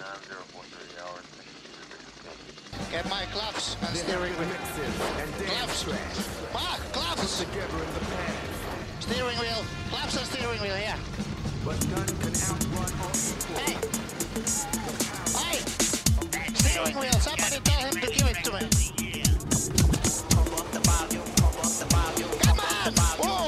Get my gloves and steering wheel. Gloves. Mark, gloves. Together in the past. Steering wheel. Gloves and steering wheel, yeah. But none can outrun or equal. Hey. Hey. Steering wheel. Somebody tell him to give it to me. Come on. Whoa.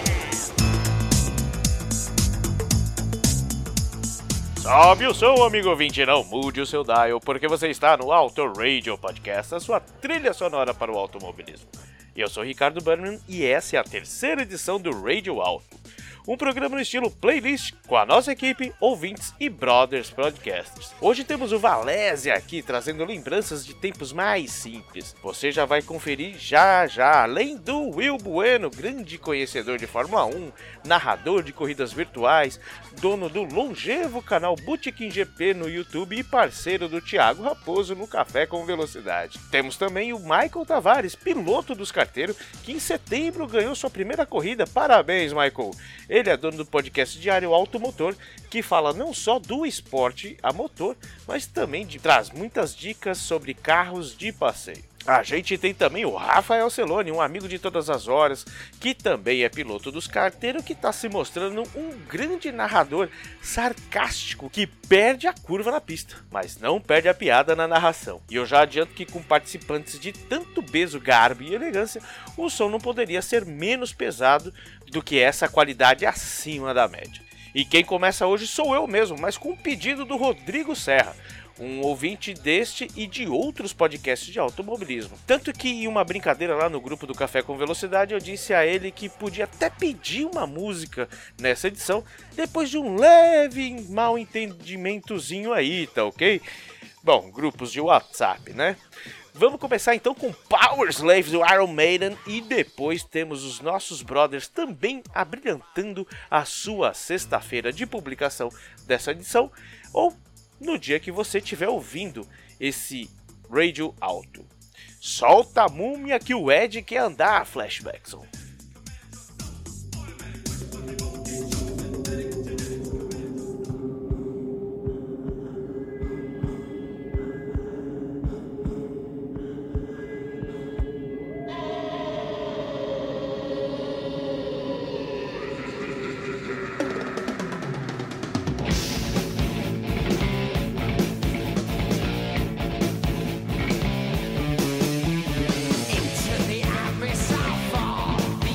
Sobe o som, amigo ouvinte, não mude o seu dial, porque você está no Auto Radio Podcast, a sua trilha sonora para o automobilismo. Eu sou Ricardo Burnman e essa é a terceira edição do Radio Auto, um programa no estilo playlist com a nossa equipe, ouvintes e brothers podcasters. Hoje temos o Valézia aqui trazendo lembranças de tempos mais simples. Você já vai conferir já, além do Will Bueno, grande conhecedor de Fórmula 1, narrador de corridas virtuais, dono do longevo canal Botequim GP no YouTube e parceiro do Thiago Raposo no Café com Velocidade. Temos também o Michael Tavares, piloto dos carteiros, que em setembro ganhou sua primeira corrida. Parabéns, Michael! Ele é dono do podcast diário Automotor, que fala não só do esporte a motor, mas também traz muitas dicas sobre carros de passeio. A gente tem também o Rafael Celone, um amigo de todas as horas, que também é piloto dos carteiros, que está se mostrando um grande narrador sarcástico que perde a curva na pista, mas não perde a piada na narração. E eu já adianto que com participantes de tanto peso, garbo e elegância, o som não poderia ser menos pesado do que essa qualidade acima da média. E quem começa hoje sou eu mesmo, mas com um pedido do Rodrigo Serra, um ouvinte deste e de outros podcasts de automobilismo. Tanto que em uma brincadeira lá no grupo do Café com Velocidade eu disse a ele que podia até pedir uma música nessa edição, depois de um leve mal entendimentozinho aí, tá ok? Bom, grupos de WhatsApp, né? Vamos começar então com Power Slave do Iron Maiden e depois temos os nossos brothers também abrilhantando a sua sexta-feira de publicação dessa edição, ou no dia que você estiver ouvindo esse Radio Auto. Solta a múmia que o Ed quer andar, Flashbackson. Into the abyss I fall.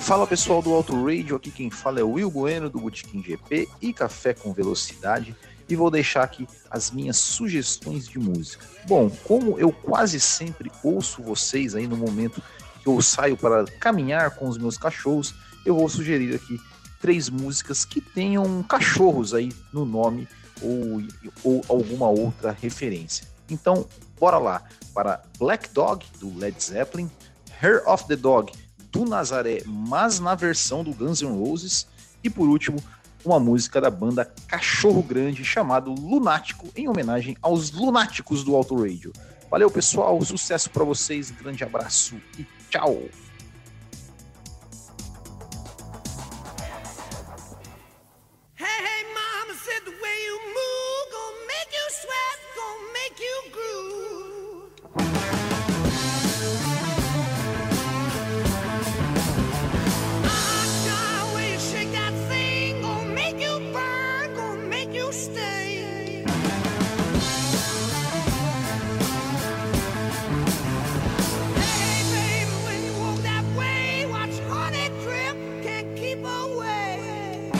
Fala pessoal do Auto Radio, aqui quem fala é o Will Bueno do Botequim GP e Café com Velocidade, e vou deixar aqui as minhas sugestões de música. Bom, como eu quase sempre ouço vocês aí no momento que eu saio para caminhar com os meus cachorros, eu vou sugerir aqui 3 músicas que tenham cachorros aí no nome ou alguma outra referência. Então, bora lá para Black Dog, do Led Zeppelin, Hair of the Dog, do Nazaré, mas na versão do Guns N' Roses, e por último, uma música da banda Cachorro Grande, chamado Lunático, em homenagem aos lunáticos do Auto Radio. Valeu, pessoal, sucesso para vocês, grande abraço e tchau! Hey, mama said the way you move gonna make you sweat, gonna make you groove. The way you shake that thing gonna make you burn, gonna make you stay. Hey, baby, when you walk that way, watch honey drip, can't keep away.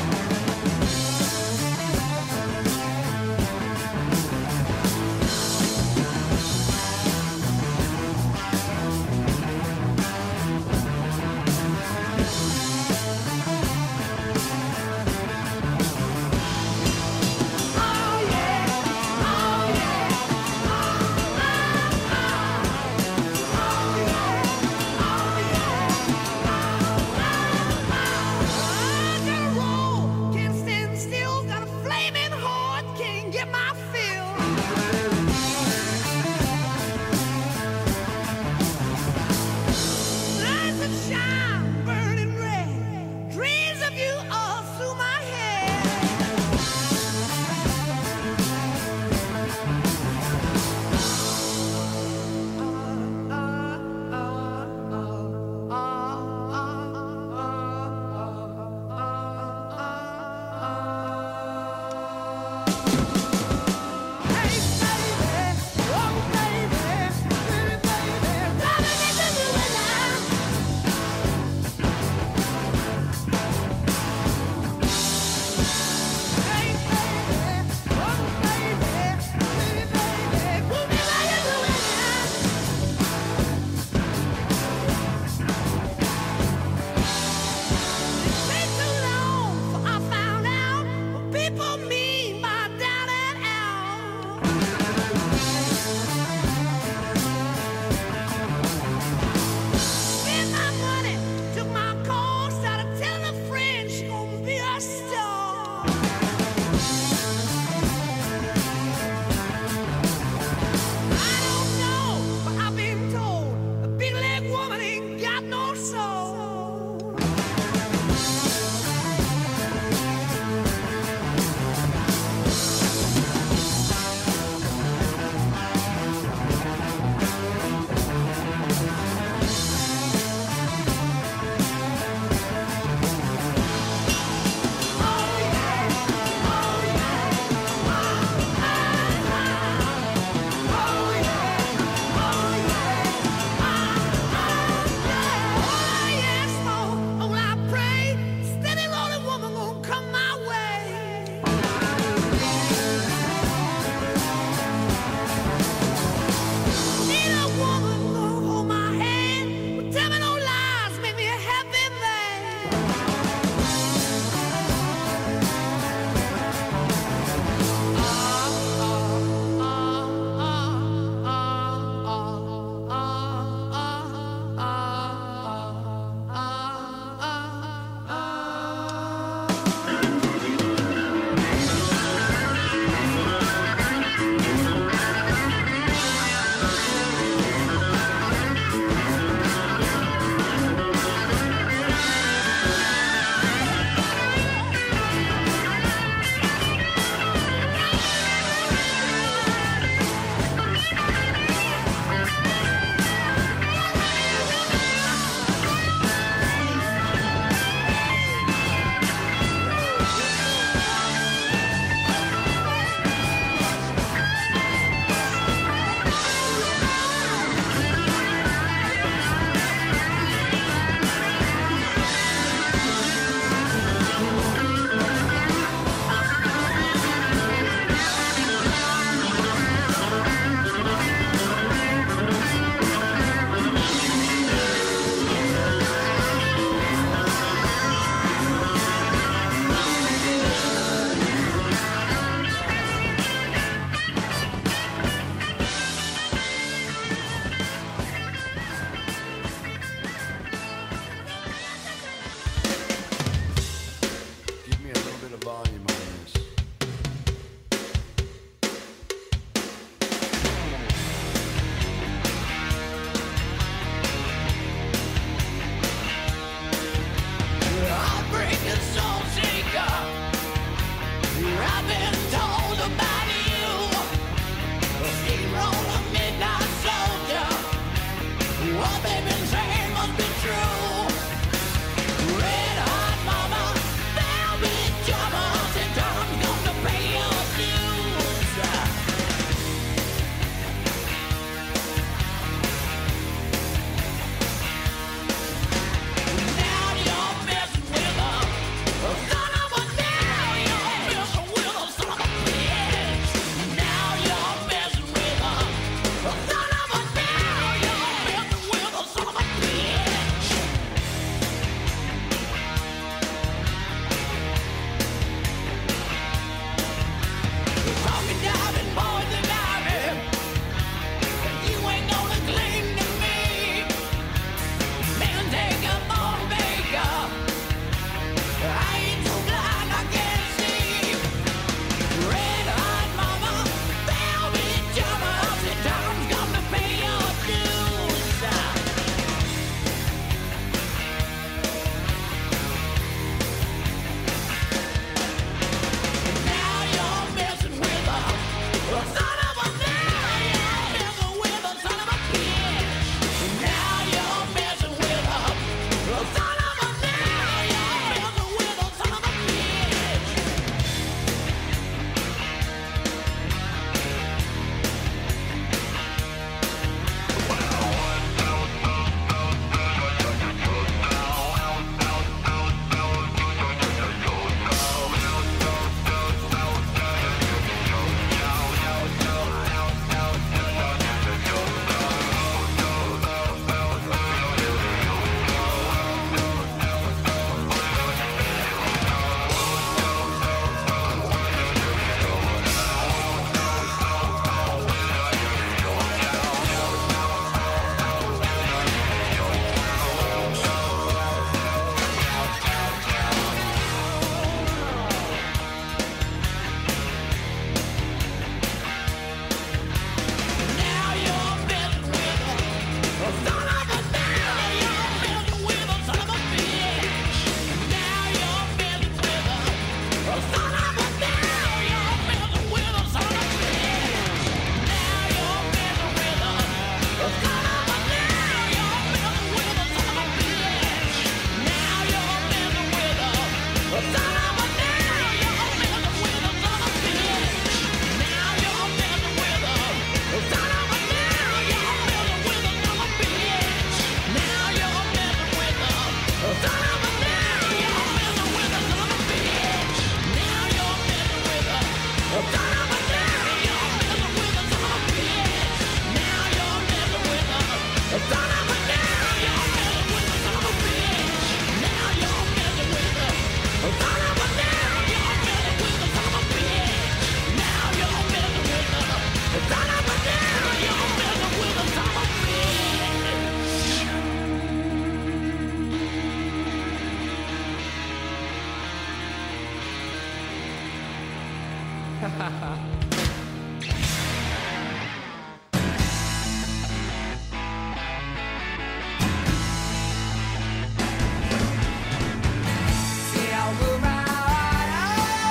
Se alguma hora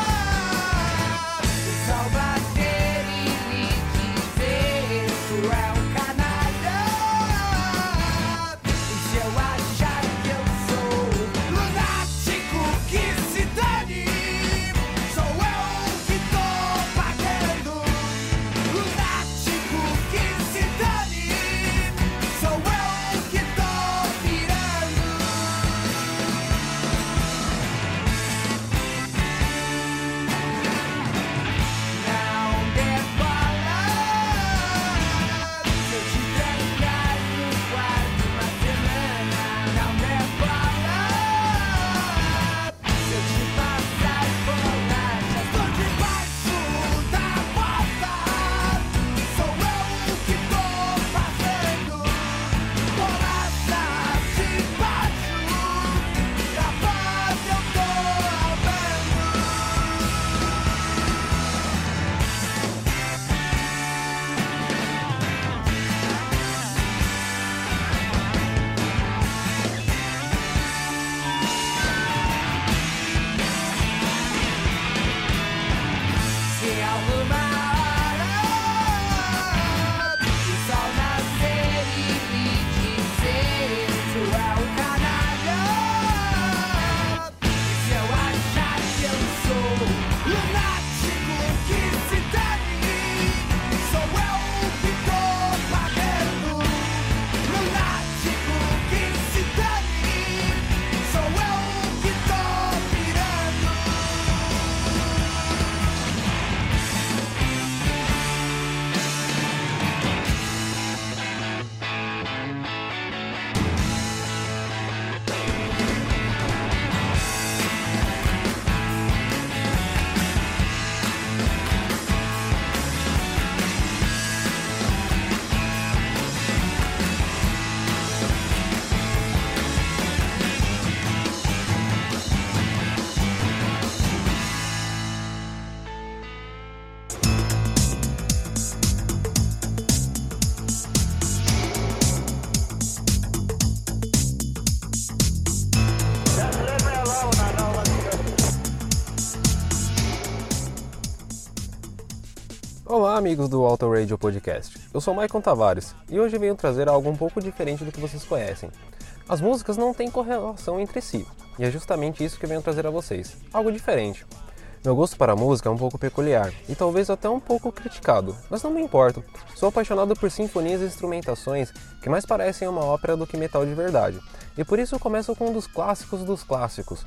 o sol bater e lhe dizer tu é um canalha, e se eu achar que eu sou lunático que se dane, sou eu que tô pagando. Lunático que se dane, sou eu que tô pirando. Não dê bola se eu te trancar no quarto uma semana. Não dê bola se eu te passar bolachas. Tô debaixo da porta, sou eu que tô passando bolachas debaixo da porta. Eu tô roubando. Se alguma hora o sol nascer e lhe dizer tu é um canalha, e se eu achar que eu sou lunático que se dane, sou eu que tô pagando. Lunático que se dane, sou eu que tô pirando. Olá, amigos do Auto Radio Podcast. Eu sou Maicon Tavares e hoje venho trazer algo um pouco diferente do que vocês conhecem. As músicas não têm correlação entre si, e é justamente isso que eu venho trazer a vocês, algo diferente. Meu gosto para a música é um pouco peculiar e talvez até um pouco criticado, mas não me importo. Sou apaixonado por sinfonias e instrumentações que mais parecem uma ópera do que metal de verdade, e por isso eu começo com um dos clássicos dos clássicos.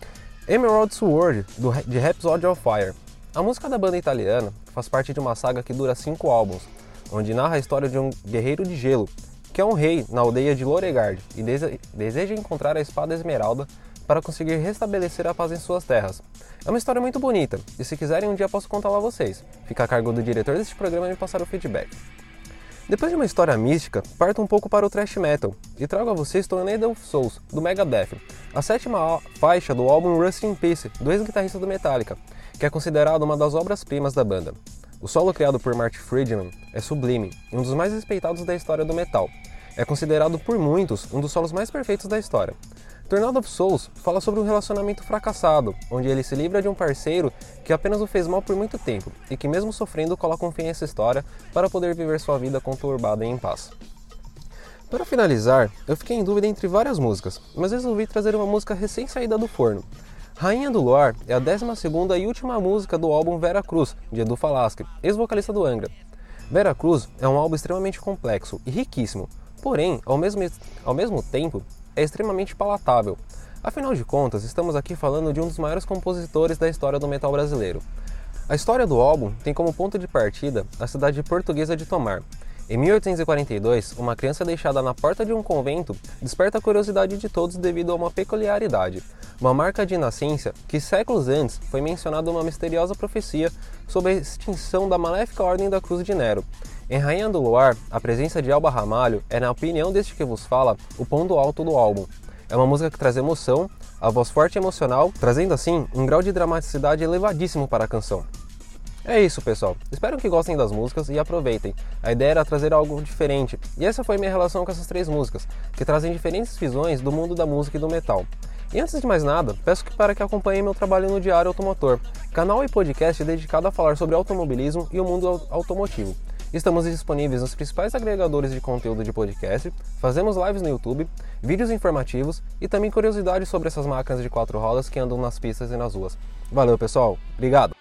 Emerald Sword, de Rhapsody of Fire. A música da banda italiana faz parte de uma saga que dura 5 álbuns, onde narra a história de um guerreiro de gelo, que é um rei na aldeia de Loregard e deseja encontrar a espada esmeralda para conseguir restabelecer a paz em suas terras. É uma história muito bonita, e se quiserem um dia posso contá-la a vocês. Fica a cargo do diretor deste programa me passar o feedback. Depois de uma história mística, parto um pouco para o thrash metal e trago a vocês Tornado of Souls, do Megadeth, a 7ª faixa do álbum Rust in Peace, do ex-guitarrista do Metallica, que é considerado uma das obras-primas da banda. O solo criado por Marty Friedman é sublime e um dos mais respeitados da história do metal. É considerado por muitos um dos solos mais perfeitos da história. Tornado of Souls fala sobre um relacionamento fracassado, onde ele se livra de um parceiro que apenas o fez mal por muito tempo e que mesmo sofrendo coloca um fim a essa história para poder viver sua vida conturbada e em paz. Para finalizar, eu fiquei em dúvida entre várias músicas, mas resolvi trazer uma música recém-saída do forno. Rainha do Luar é a 12ª e última música do álbum Vera Cruz, de Edu Falaschi, ex-vocalista do Angra. Vera Cruz é um álbum extremamente complexo e riquíssimo, porém, ao mesmo tempo, é extremamente palatável. Afinal de contas, estamos aqui falando de um dos maiores compositores da história do metal brasileiro. A história do álbum tem como ponto de partida a cidade portuguesa de Tomar. Em 1842, uma criança deixada na porta de um convento desperta a curiosidade de todos devido a uma peculiaridade, uma marca de nascença que séculos antes foi mencionada uma misteriosa profecia sobre a extinção da maléfica Ordem da Cruz de Nero. Em Rainha do Luar, a presença de Elba Ramalho é, na opinião deste que vos fala, o ponto alto do álbum. É uma música que traz emoção, a voz forte e emocional, trazendo assim um grau de dramaticidade elevadíssimo para a canção. É isso, pessoal. Espero que gostem das músicas e aproveitem. A ideia era trazer algo diferente, e essa foi minha relação com essas 3 músicas, que trazem diferentes visões do mundo da música e do metal. E antes de mais nada, peço para que acompanhem meu trabalho no Diário Automotor, canal e podcast dedicado a falar sobre automobilismo e o mundo automotivo. Estamos disponíveis nos principais agregadores de conteúdo de podcast, fazemos lives no YouTube, vídeos informativos e também curiosidades sobre essas máquinas de 4 rodas que andam nas pistas e nas ruas. Valeu, pessoal. Obrigado.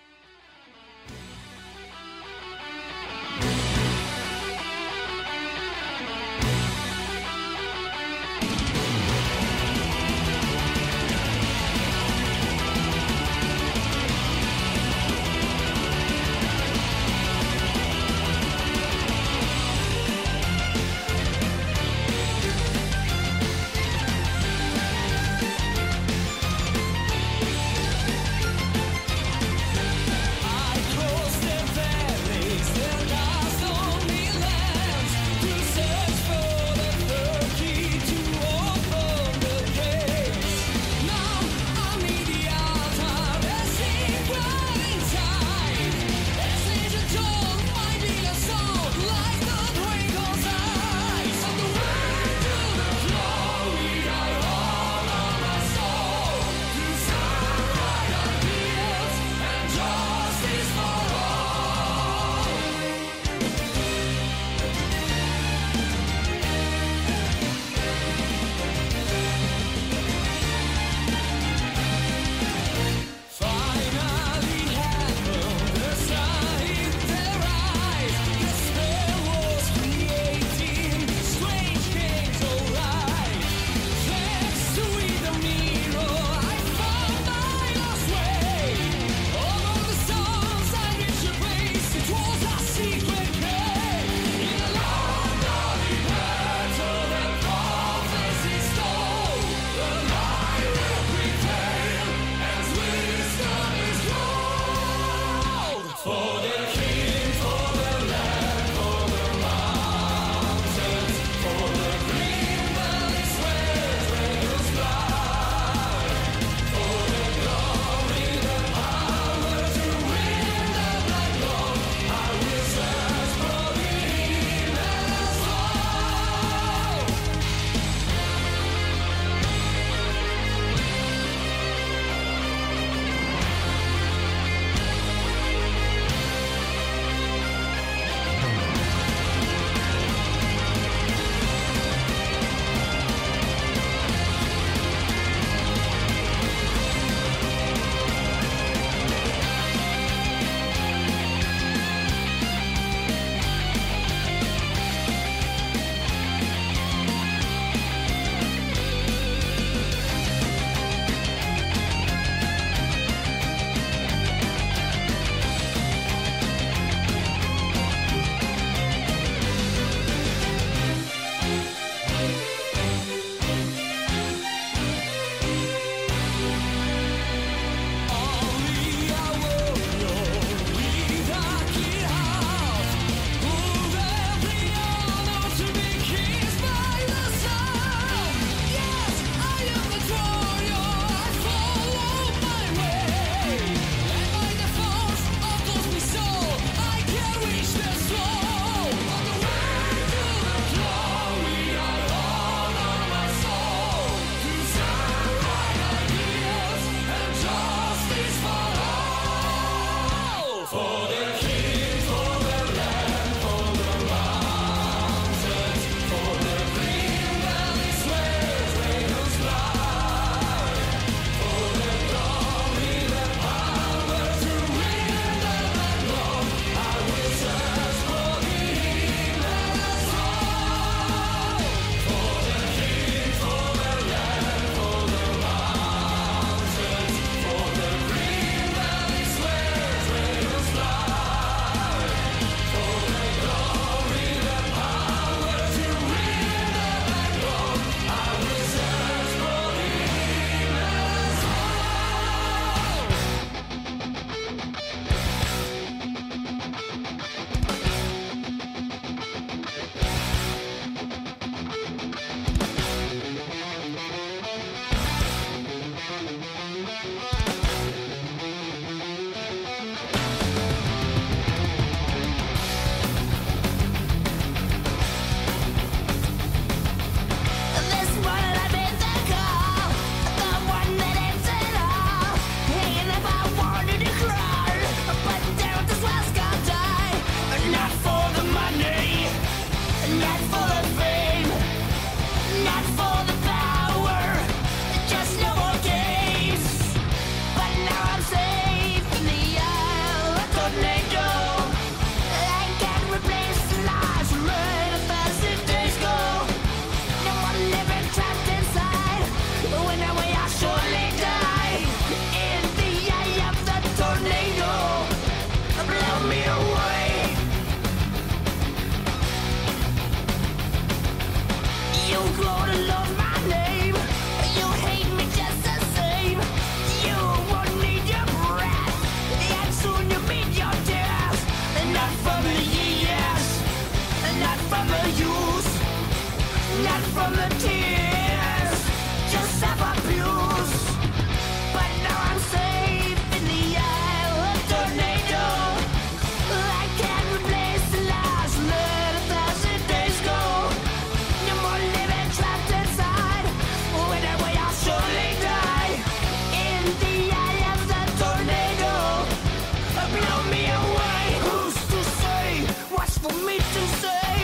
from the tears, just self-abuse. But now I'm safe in the eye of tornado. I can't replace the last let 1,000 days go. No more living trapped inside. When I way I'll surely die. In the eye of the tornado, blow me away. Who's to say what's for me to say?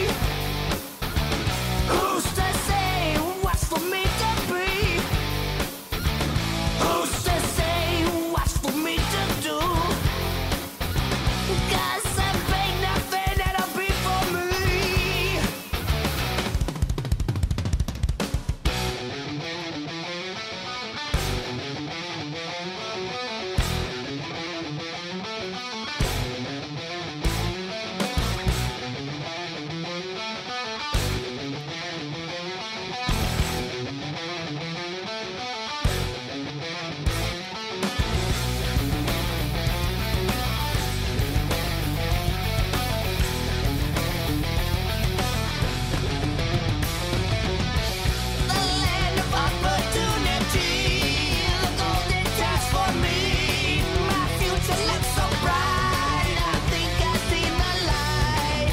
Who's to say what's for me to be? Who's to say what's for me to do? 'Cause there ain't nothing that'll be for me. The land of opportunity, the golden task for me. My future looks so bright, I think I see the light.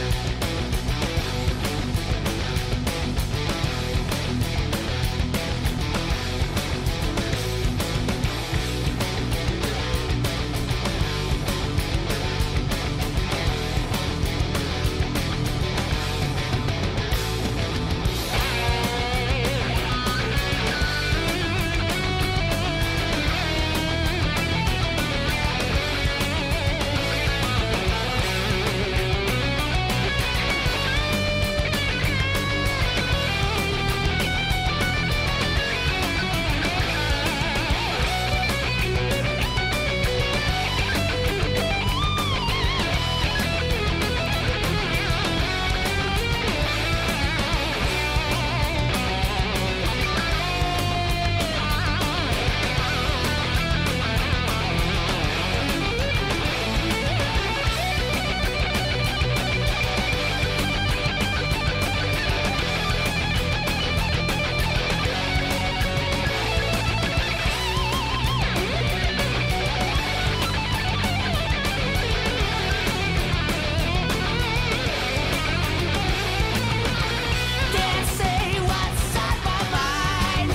Can't say what's on my mind.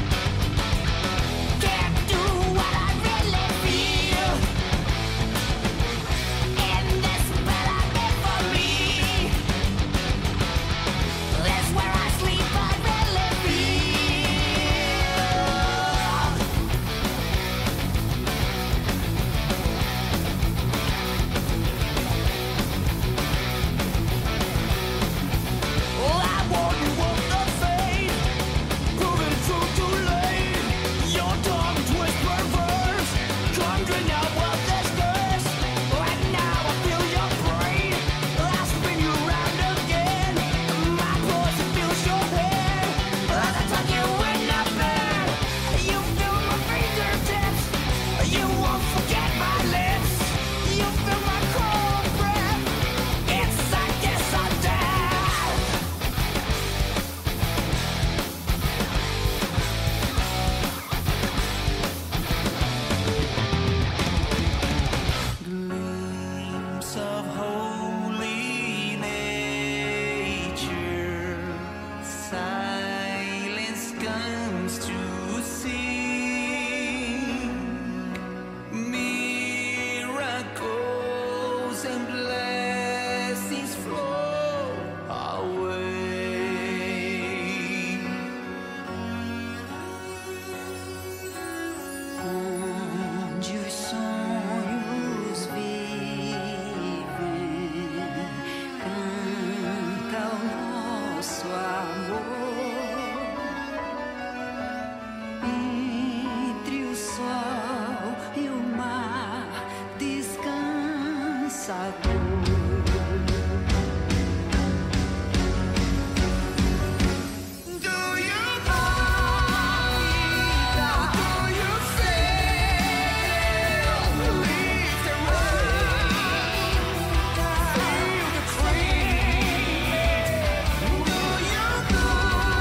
Can't do what I really feel. In this bed I made for me, that's where I sleep. I really feel. I warn you of the fate, proving true too late. Your tongue twist perverse, conjuring out what this curse. Right now I feel your brain, I spin you round again. My poison fills your head, as I tuck you in the bed. You feel my fingertips, you won't forget my lips. You feel my cold breath, it's a kiss of death. Glimpse of holy nature, silence comes to sing. Miracles and blessings flow away. Onde os sonhos vivem, canta o nosso amor. Entre o sol e o mar descansa a dor. Do you feel the cream? Do you know?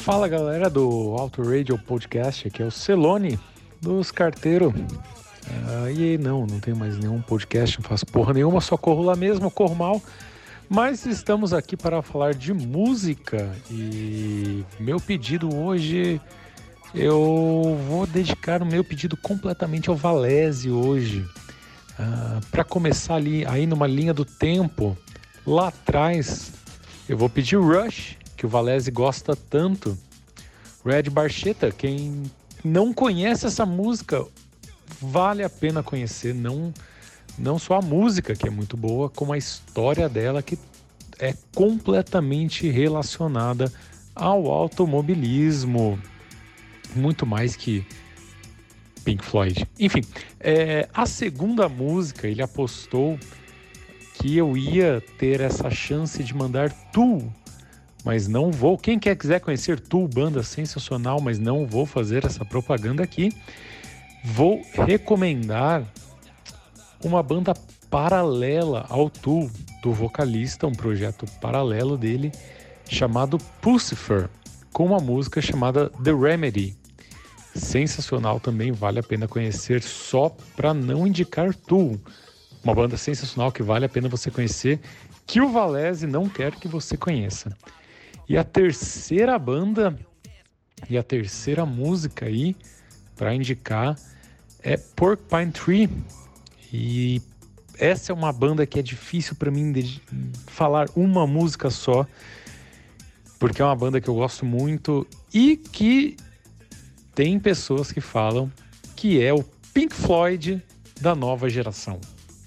Fala galera do Auto Radio Podcast, aqui é o Celone dos Carteiros. E não tenho mais nenhum podcast, não faço porra nenhuma, só corro lá mesmo, corro mal. Mas estamos aqui para falar de música e meu pedido hoje, eu vou dedicar o meu pedido completamente ao Valese hoje. Para começar aí numa linha do tempo, lá atrás, eu vou pedir Rush, que o Valese gosta tanto. Red Barchetta, quem não conhece essa música, vale a pena conhecer, não só a música, que é muito boa, como a história dela, que é completamente relacionada ao automobilismo, muito mais que Pink Floyd. Enfim, a segunda música, ele apostou que eu ia ter essa chance de mandar Tool, mas não vou. Quem quiser conhecer Tool, banda sensacional, mas não vou fazer essa propaganda aqui. Vou recomendar uma banda paralela ao Tool, do vocalista, um projeto paralelo dele, chamado Puscifer, com uma música chamada The Remedy. Sensacional também, vale a pena conhecer, só para não indicar Tool. Uma banda sensacional que vale a pena você conhecer, que o Valese não quer que você conheça. E a terceira banda e a terceira música aí para indicar é Porcupine Tree. E essa é uma banda que é difícil para mim de falar uma música só, porque é uma banda que eu gosto muito e que tem pessoas que falam que é o Pink Floyd da nova geração.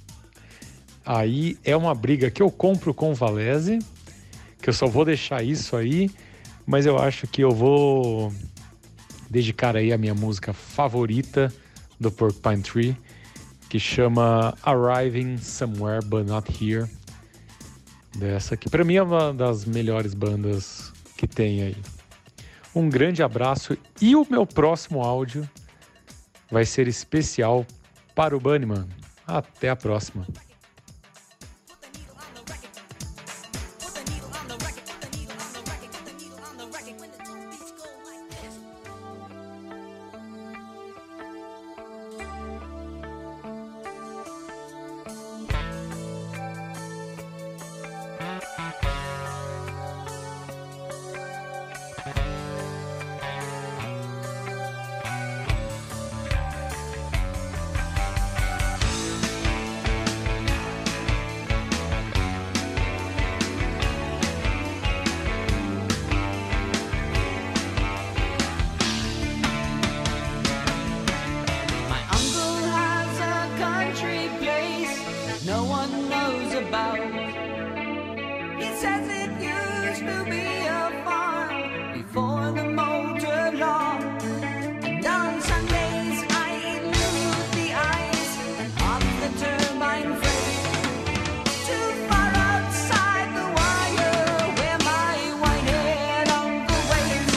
Aí é uma briga que eu compro com o Valese, que eu só vou deixar isso aí, mas eu acho que eu vou dedicar aí a minha música favorita do Porcupine Tree, que chama Arriving Somewhere But Not Here. Dessa que para mim é uma das melhores bandas que tem aí. Um grande abraço e o meu próximo áudio vai ser especial para o Bunnyman. Até a próxima. My uncle has a country place that no one knows about. He says it used to be a farm before the motor law. And on Sundays I lose the eyes of the turbine freight. Too far outside the wire where my white-haired uncle waits.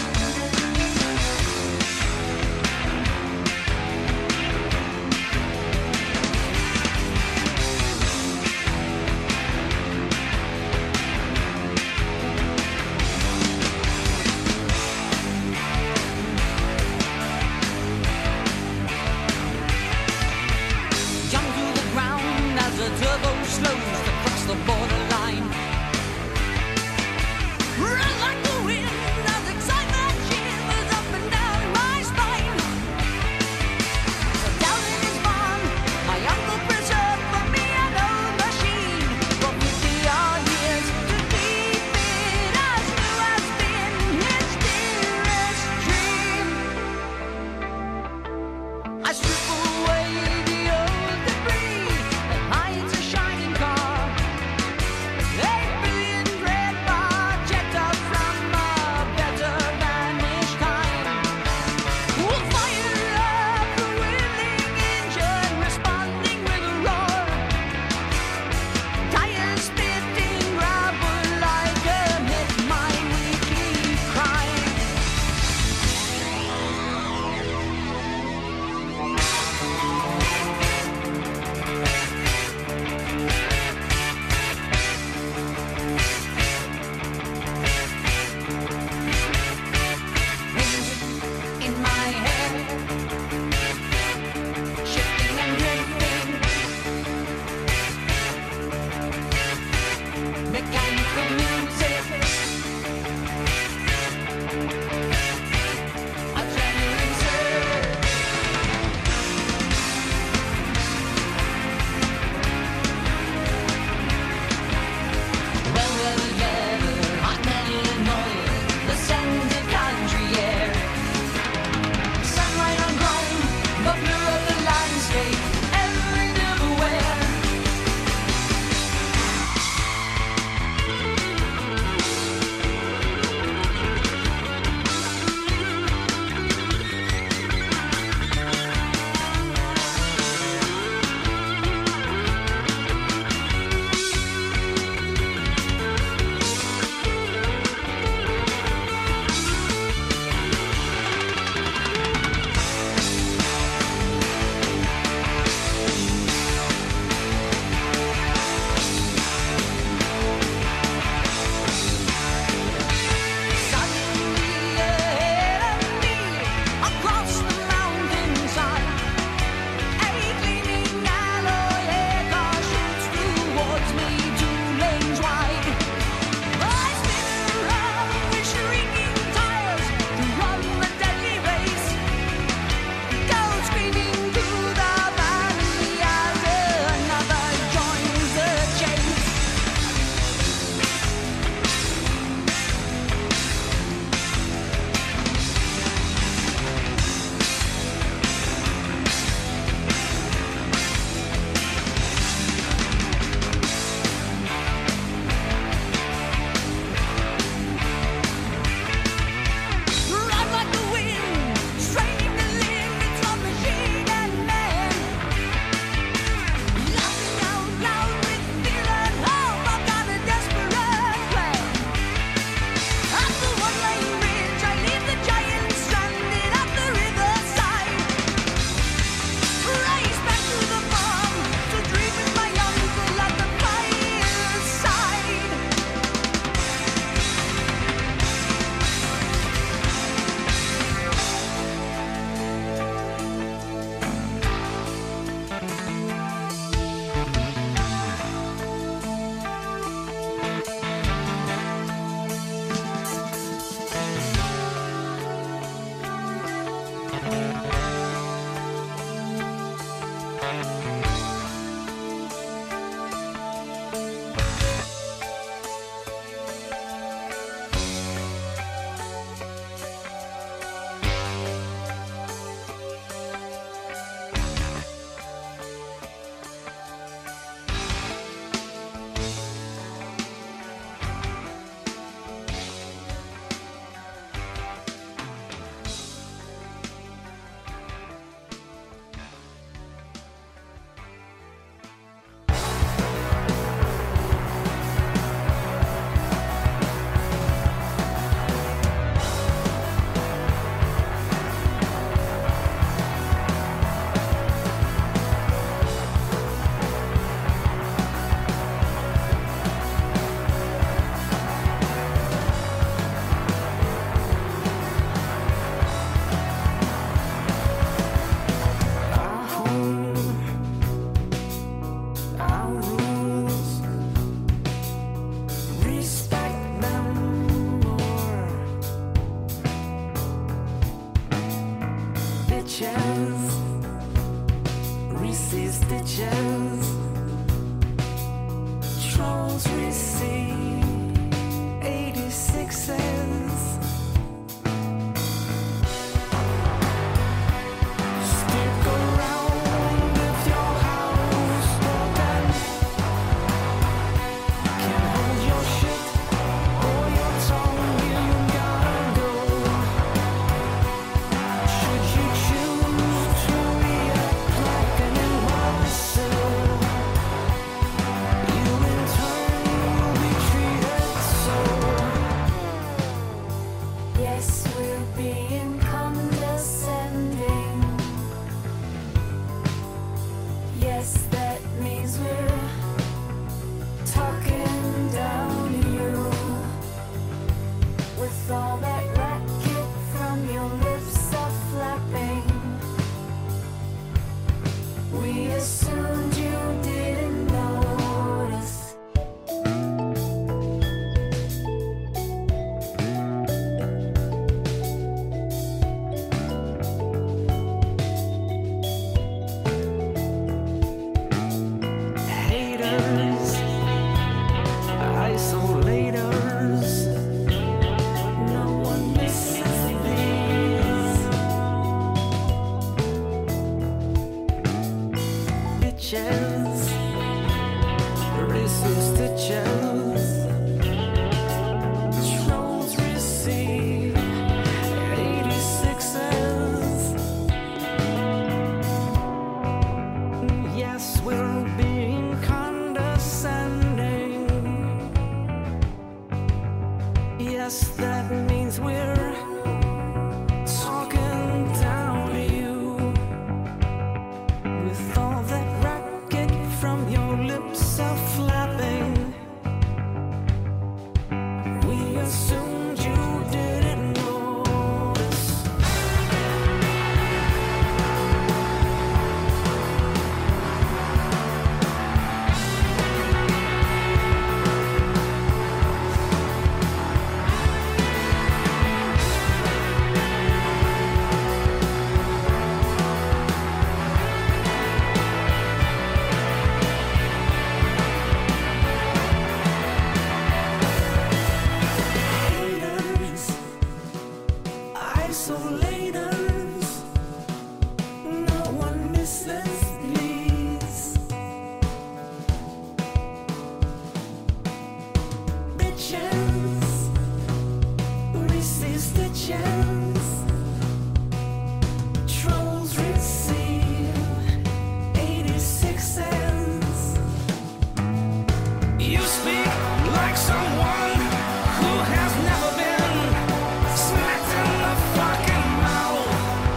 You speak like someone who has never been smacked in the fucking mouth.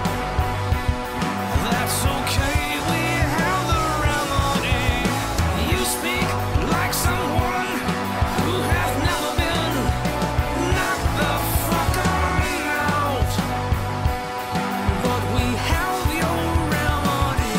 That's okay, we have the remedy. You speak like someone who has never been knocked the fuck out. But we have your remedy.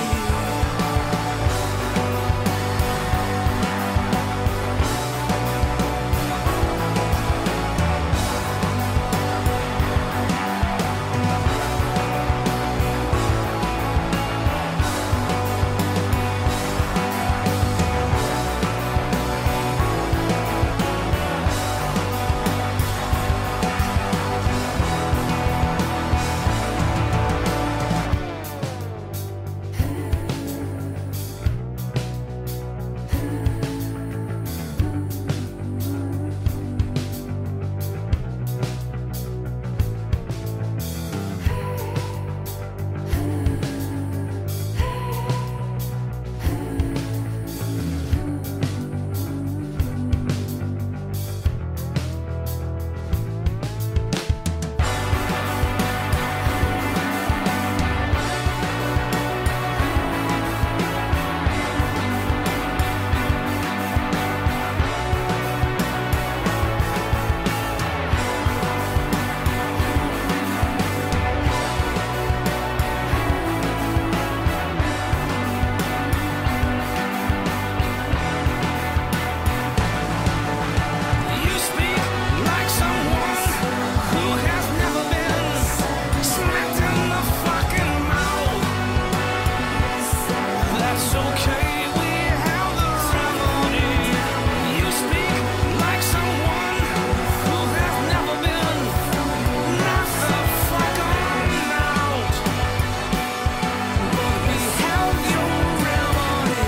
You speak like someone who has never been smacked in the fucking mouth. That's okay, we have the remedy. You speak like someone who has never been knocked the fuck out. But we have your remedy.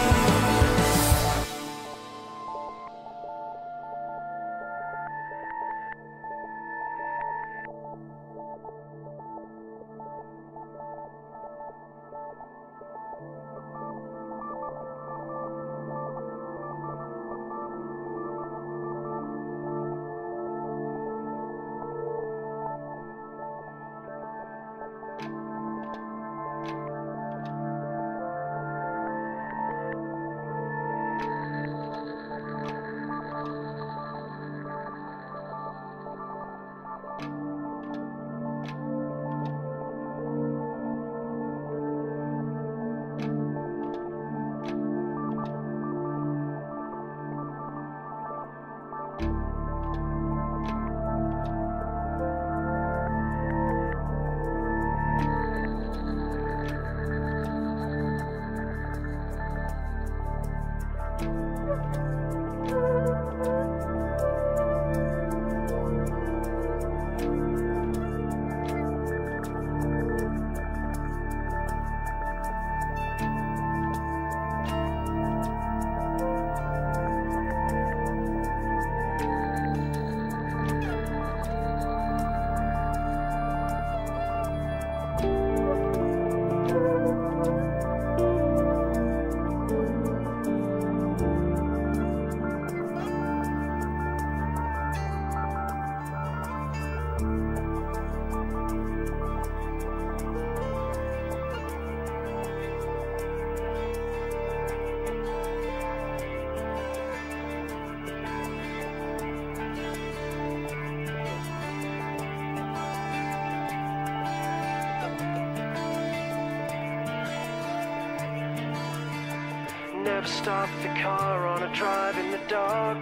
Never stop the car on a drive in the dark.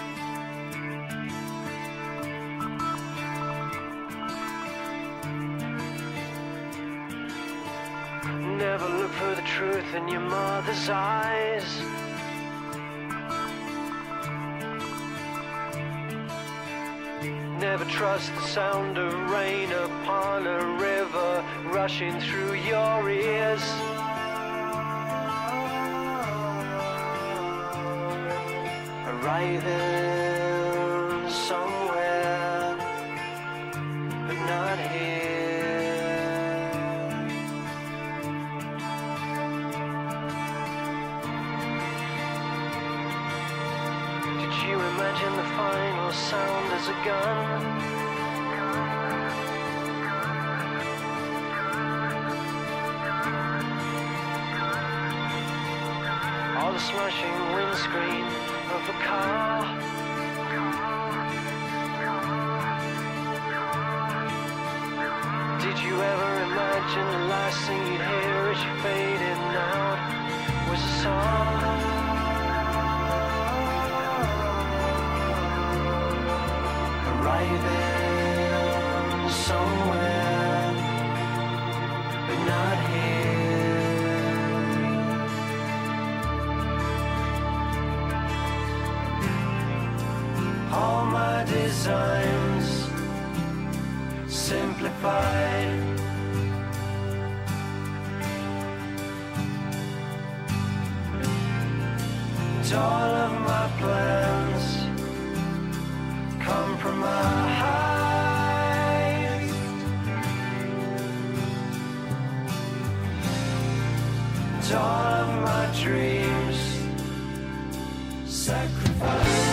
Never look for the truth in your mother's eyes. Never trust the sound of rain upon a river rushing through your ears. Arriving somewhere, but not here. Did imagine the final sound as a gun. Or the smashing windscreen of a car. Did you ever imagine the last thing you'd hear as you faded out was a song? Arriving somewhere, but not here. All my designs simplified. And all of my plans compromised. And all of my dreams sacrificed.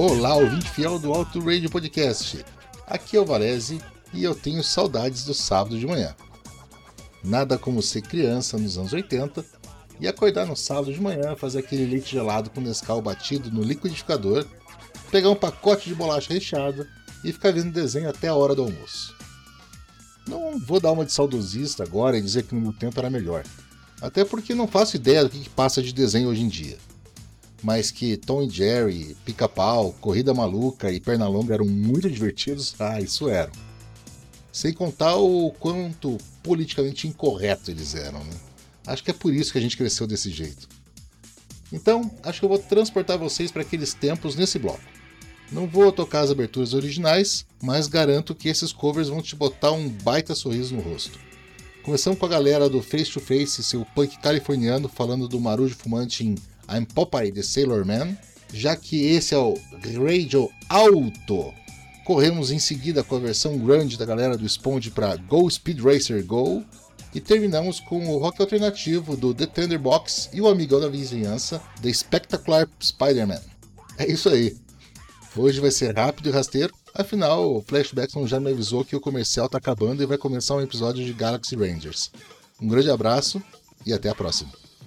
Olá, ouvinte fiel do Auto Radio Podcast. Aqui é o Varese e eu tenho saudades do sábado de manhã. Nada como ser criança nos anos 80 e acordar no sábado de manhã, fazer aquele leite gelado com Nescau batido no liquidificador, pegar um pacote de bolacha recheada e ficar vendo desenho até a hora do almoço. Não vou dar uma de saudosista agora e dizer que no meu tempo era melhor, até porque não faço ideia do que passa de desenho hoje em dia. Mas que Tom e Jerry, Pica-Pau, Corrida Maluca e Pernalonga eram muito divertidos, isso eram. Sem contar o quanto politicamente incorreto eles eram, né? Acho que é por isso que a gente cresceu desse jeito. Então, acho que eu vou transportar vocês para aqueles tempos nesse bloco. Não vou tocar as aberturas originais, mas garanto que esses covers vão te botar um baita sorriso no rosto. Começamos com a galera do Face to Face, seu punk californiano, falando do Marujo Fumante em I'm Popeye the Sailor Man, já que esse é o Radio Alto. Corremos em seguida com a versão grunge da galera do Sponge para Go Speed Racer Go, e terminamos com o rock alternativo do The Tinderbox e o amigão da vizinhança, The Spectacular Spider-Man. É isso aí. Hoje vai ser rápido e rasteiro, afinal o Flashbackson já me avisou que o comercial tá acabando e vai começar um episódio de Galaxy Rangers. Um grande abraço e até a próxima.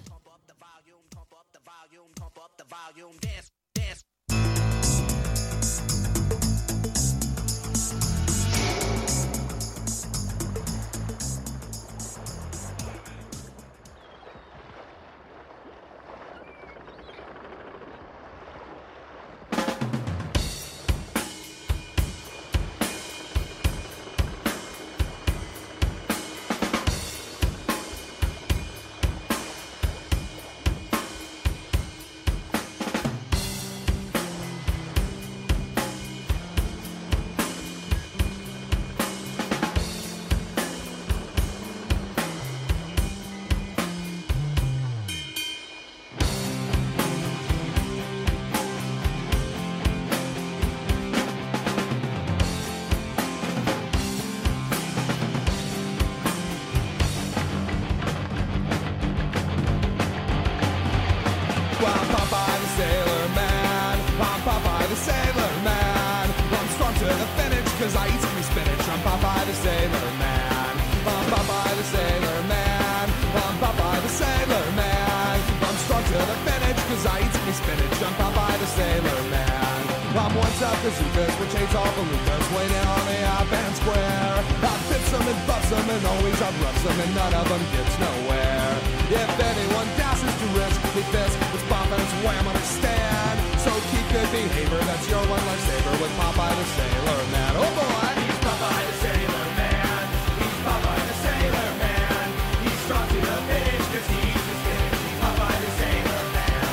I'm Popeye the Sailor Man. I'm Popeye the Sailor Man. I'm strong to the finish cause I eat some spinach. I'm Popeye the Sailor Man. I'm Popeye the Sailor Man. I'm Popeye the Sailor Man. I'm strong to the finish cause I eat some spinach. I'm Popeye the Sailor Man. I'm one top bazookas which hates all belugas, waiting on the band square. I bits them and buffs them and always outrubs them and none of them gets nowhere. If anyone dashes to risk with this, it's pop and it's wham, understand. So keep good behavior, that's your one lifesaver with Popeye the Sailor Man. Oh boy! He's Popeye the Sailor Man. He's Popeye the Sailor Man. He's strong to the finish cause he's the spinach. He's Popeye the Sailor Man.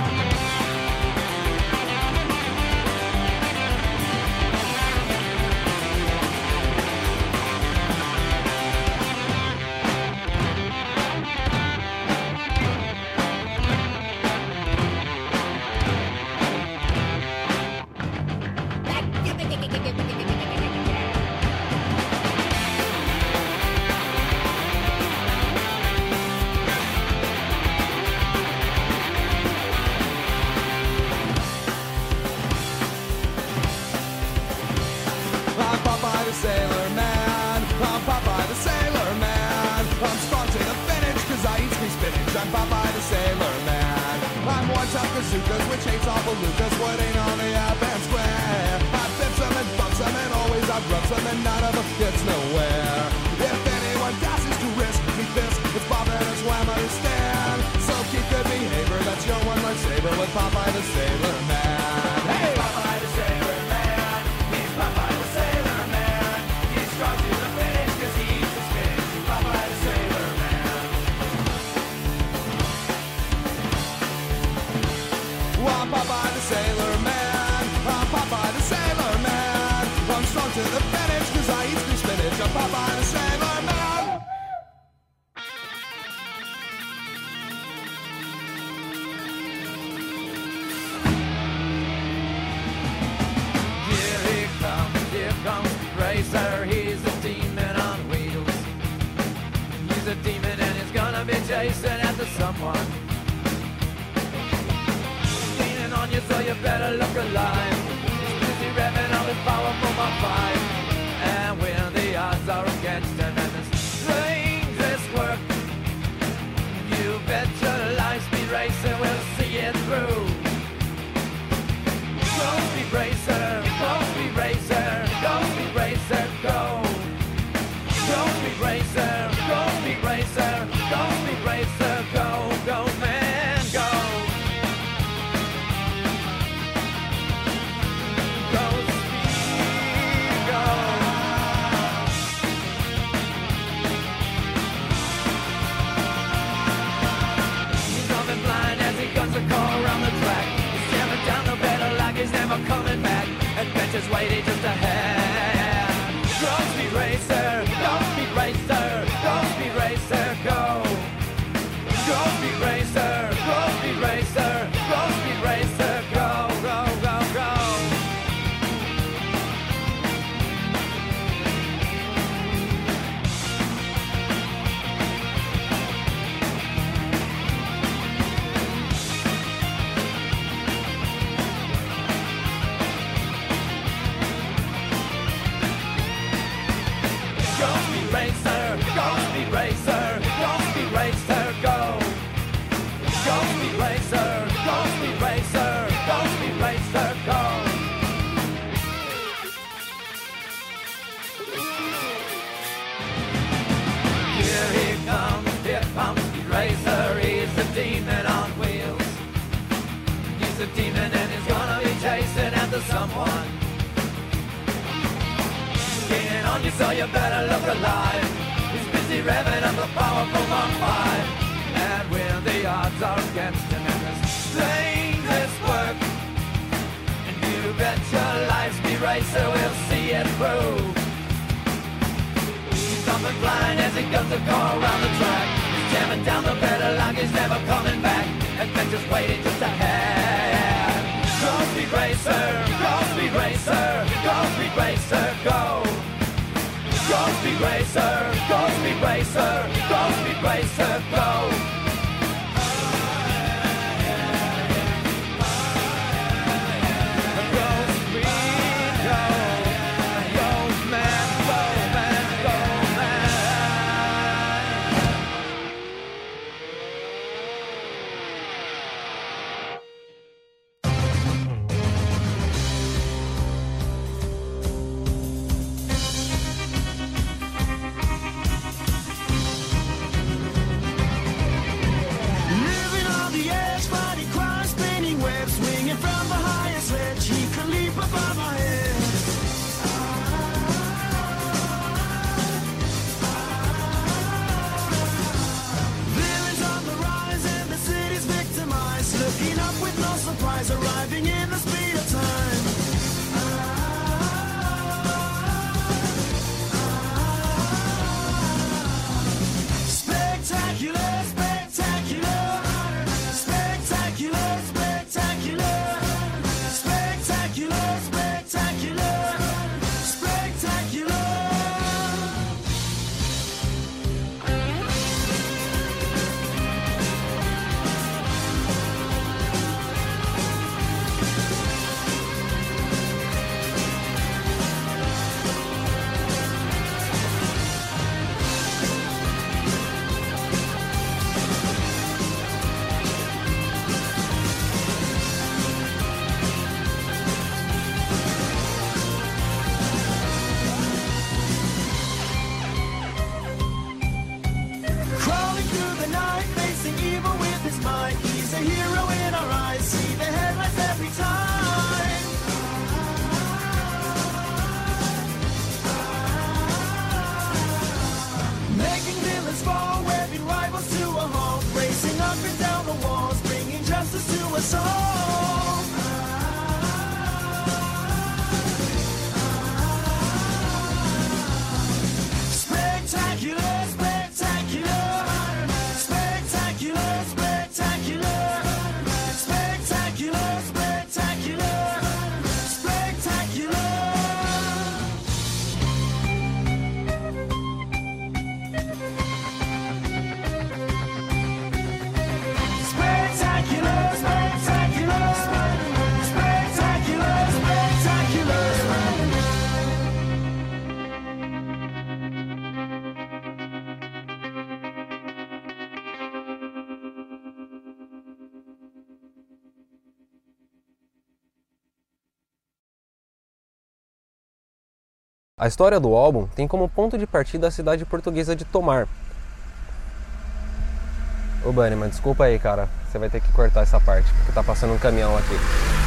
I'm Popeye the Sailor Man. I'm Popeye the Sailor Man. I'm strong to the finish cause I eat me spinach. I'm Popeye the Sailor Man. I'm one top bazookas which hates all belugas, waiting on the band square. I bits them and bumps them and always outrubs them and none of them gets nowhere. If anyone dashes to risk meet this, it's Bob and it's wham, understand. So keep good behavior, that's your one lifesaver with Popeye the Sailor Man. Hey! Popeye the Sailor Man. He's Popeye the Sailor Man. He's strong to the finish cause he's the spinach. He's Popeye the Sailor Man. I'm Popeye the Sailor Man. I'm Popeye the Sailor Man. I'm strong to the finish cause I eat me spinach. I'm Popeye the Sailor Man. Here comes Racer. He's a demon on wheels. He's a demon and he's gonna be chasing after someone. Leaning on you so you better look alive. from a fight. And when the odds are against him and the strangest work, you bet your life's speed racer will see it through. Go speed racer, go speed racer, go speed racer, go. Go speed racer, go speed racer, go speed racer, go, go man, go. Go speed, go. He's coming blind as he guns a car around the track. He's jamming down the pedal like he's never coming back. Adventure's waiting just ahead. Go speed racer, go speed racer, go speed racer, go. Go speed racer, go speed racer, go speed racer, go, go, go, go. Go speed racer, go speed racer, go speed racer, go. Go speed racer, go speed racer, go speed racer, go. Here he comes Speed Racer, he's a demon on wheels. He's a demon and he's gonna be chasing after someone. Gaining on you, so you better look alive. He's busy revving up the powerful Mach 5. And when the odds are against him and the strangest work, and you bet your life Speed Racer will see it through. He's jumping blind as he goes the car around the track. He's jamming down the pedal like he's never coming back. Adventure's waiting just ahead. Go Speed Racer, go Speed Racer, go Speed Racer, go. Go Speed Racer, go Speed Racer, go Speed Racer, go. Go speed, go. Go man, go man, go man. Living on the edge, fighting crime, spinning webs, swinging from the highest ledge. He could leap above our heads. Villains on the rise and the city's victimized. Looking up with no surprise, arriving in the speed of time. Spectacular, spectacular, spectacular, spectacular, spectacular, spectacular, spectacular. Crawling through the night, facing evil with his might. He's a hero in our eyes, see the headlights every time. Making villains fall, webbing rivals to a halt, racing up and down the walls, bringing justice to us all. Spectacular, spectacular, spectacular, spectacular, A história do álbum tem como ponto de partida a cidade portuguesa de Tomar. Ô Bunny, mas desculpa aí, cara. Você vai ter que cortar essa parte, porque tá passando um caminhão aqui.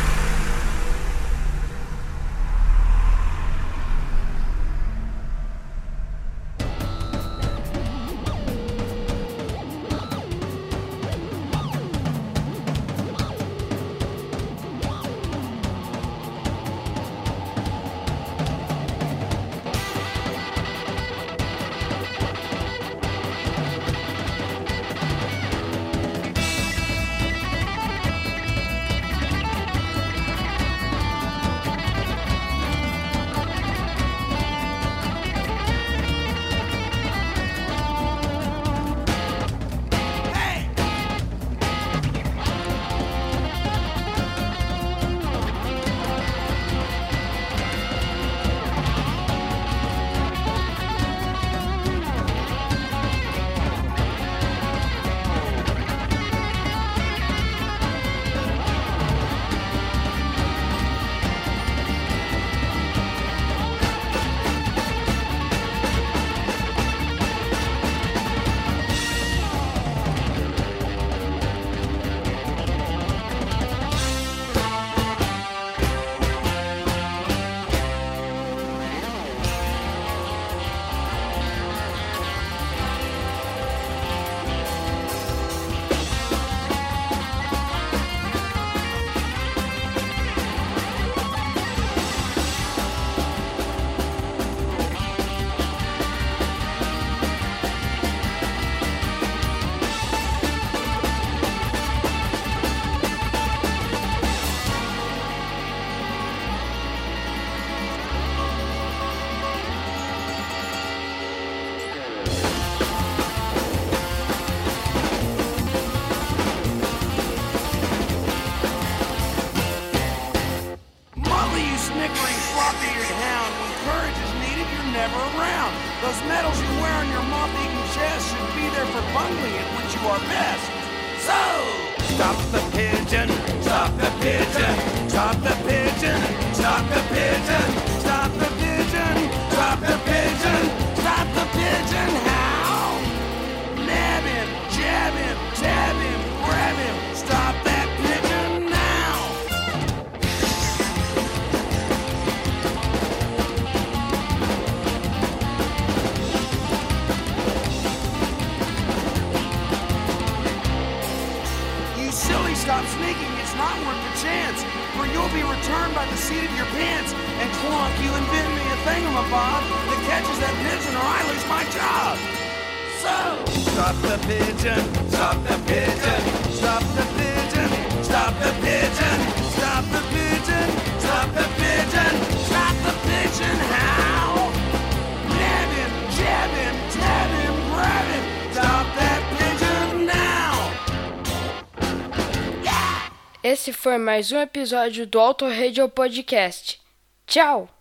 Molly, you snickering, flop-eared hound. When courage is needed, you're never around. Those medals you wear on your moth-eaten chest should be there for bungling, at which you are best. So, stop the pigeon, stop the pigeon, stop the pigeon, stop the pigeon, stop the pigeon, stop the pigeon, stop the pigeon. How? Nab him, jab him, tab him, grab him, stop that pigeon now. You silly, stop sneaking, it's not worth the chance. For you'll be returned by the seat of your pants. And clunk, you invent me a thingamabob that catches that pigeon or I lose my job. So, stop the pigeon, stop the pigeon, stop the pigeon, stop the pigeon, stop the pigeon, stop the pigeon, stop the pigeon. How? Nab him, jab him, tab him, grab him, stop that pigeon now. Esse foi mais um episódio do Auto Radio Podcast. Tchau!